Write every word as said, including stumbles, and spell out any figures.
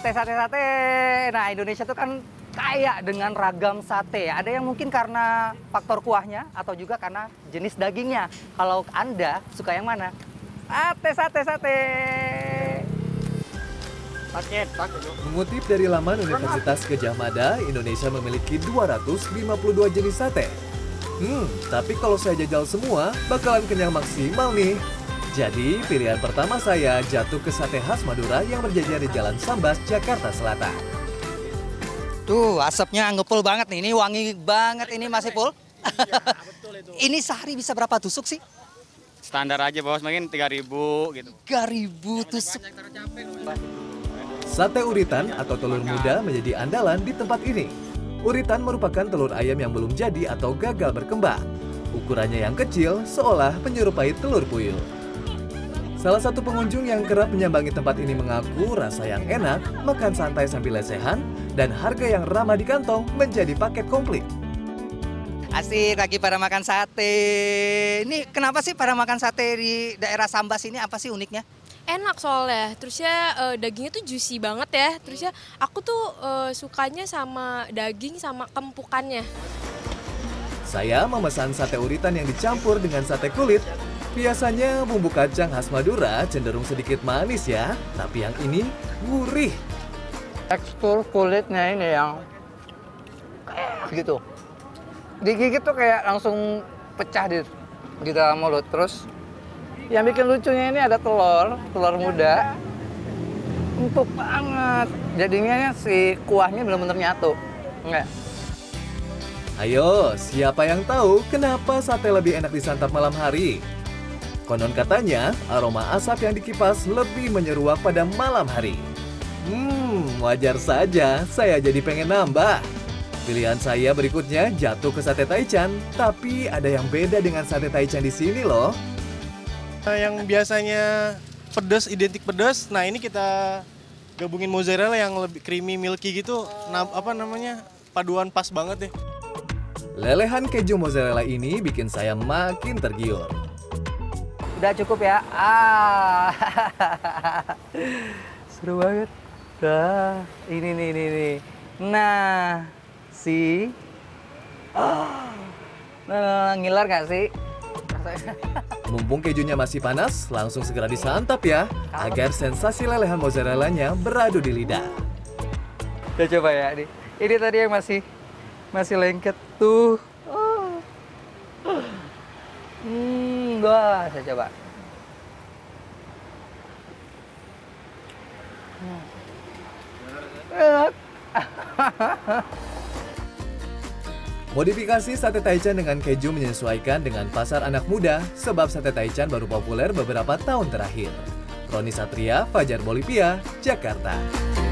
Sate, sate, sate. Nah, Indonesia tuh kan kaya dengan ragam sate. Ada yang mungkin karena faktor kuahnya atau juga karena jenis dagingnya. Kalau Anda suka yang mana? Sate, sate, sate. Paket, paket. Mengutip dari laman Universitas Gadjah Mada, Indonesia memiliki dua ratus lima puluh dua jenis sate. Hmm, tapi kalau saya jajal semua, bakalan kenyang maksimal nih. Jadi, pilihan pertama saya jatuh ke sate khas Madura yang berjajar di Jalan Sambas, Jakarta Selatan. Tuh, asapnya ngepul banget nih. Ini wangi banget ini Mas Ipul. Iya, betul itu. Ini sehari bisa berapa tusuk sih? Standar aja bos, mungkin tiga ribu gitu. tiga ribu tusuk. Sate uritan atau telur muda menjadi andalan di tempat ini. Uritan merupakan telur ayam yang belum jadi atau gagal berkembang. Ukurannya yang kecil seolah menyerupai telur puyuh. Salah satu pengunjung yang kerap menyambangi tempat ini mengaku rasa yang enak, makan santai sambil lesehan, dan harga yang ramah di kantong menjadi paket komplit. Asik lagi pada makan sate. Ini kenapa sih pada makan sate di daerah Sambas ini? Apa sih uniknya? Enak soalnya, terusnya uh, dagingnya tuh juicy banget ya. Terusnya aku tuh uh, sukanya sama daging sama kempukannya. Saya memesan sate uritan yang dicampur dengan sate kulit. Biasanya bumbu kacang khas Madura cenderung sedikit manis ya, tapi yang ini gurih. Tekstur kulitnya ini yang kayak gitu. Digigit tuh kayak langsung pecah di, di dalam mulut. Terus yang bikin lucunya ini ada telur, telur muda. Empuk banget. Jadinya si kuahnya benar-benar nyatu. Enggak. Ayo, siapa yang tahu kenapa sate lebih enak disantap malam hari? Konon katanya, aroma asap yang dikipas lebih menyeruak pada malam hari. Hmm, wajar saja, saya jadi pengen nambah. Pilihan saya berikutnya jatuh ke sate Taichan, tapi ada yang beda dengan sate Taichan di sini loh. Yang biasanya pedas, identik pedas, nah ini kita gabungin mozzarella yang lebih creamy, milky gitu, nah, apa namanya, paduan pas banget ya. Lelehan keju mozzarella ini bikin saya makin tergiur. Udah cukup ya. Ah. Seru banget. Dah, ini nih, ini nih. Nah, si oh. Nah, ngiler nggak sih? Mumpung kejunya masih panas, langsung segera disantap ya, agar sensasi lelehan mozzarellanya beradu di lidah. Udah coba ya, nih. Ini tadi yang masih masih lengket tuh. Oh. Hmm, wah, saya coba. Hmm. Enak. Modifikasi sate Taichan dengan keju menyesuaikan dengan pasar anak muda, sebab sate Taichan baru populer beberapa tahun terakhir. Roni Satria, Fajar Bolivia, Jakarta.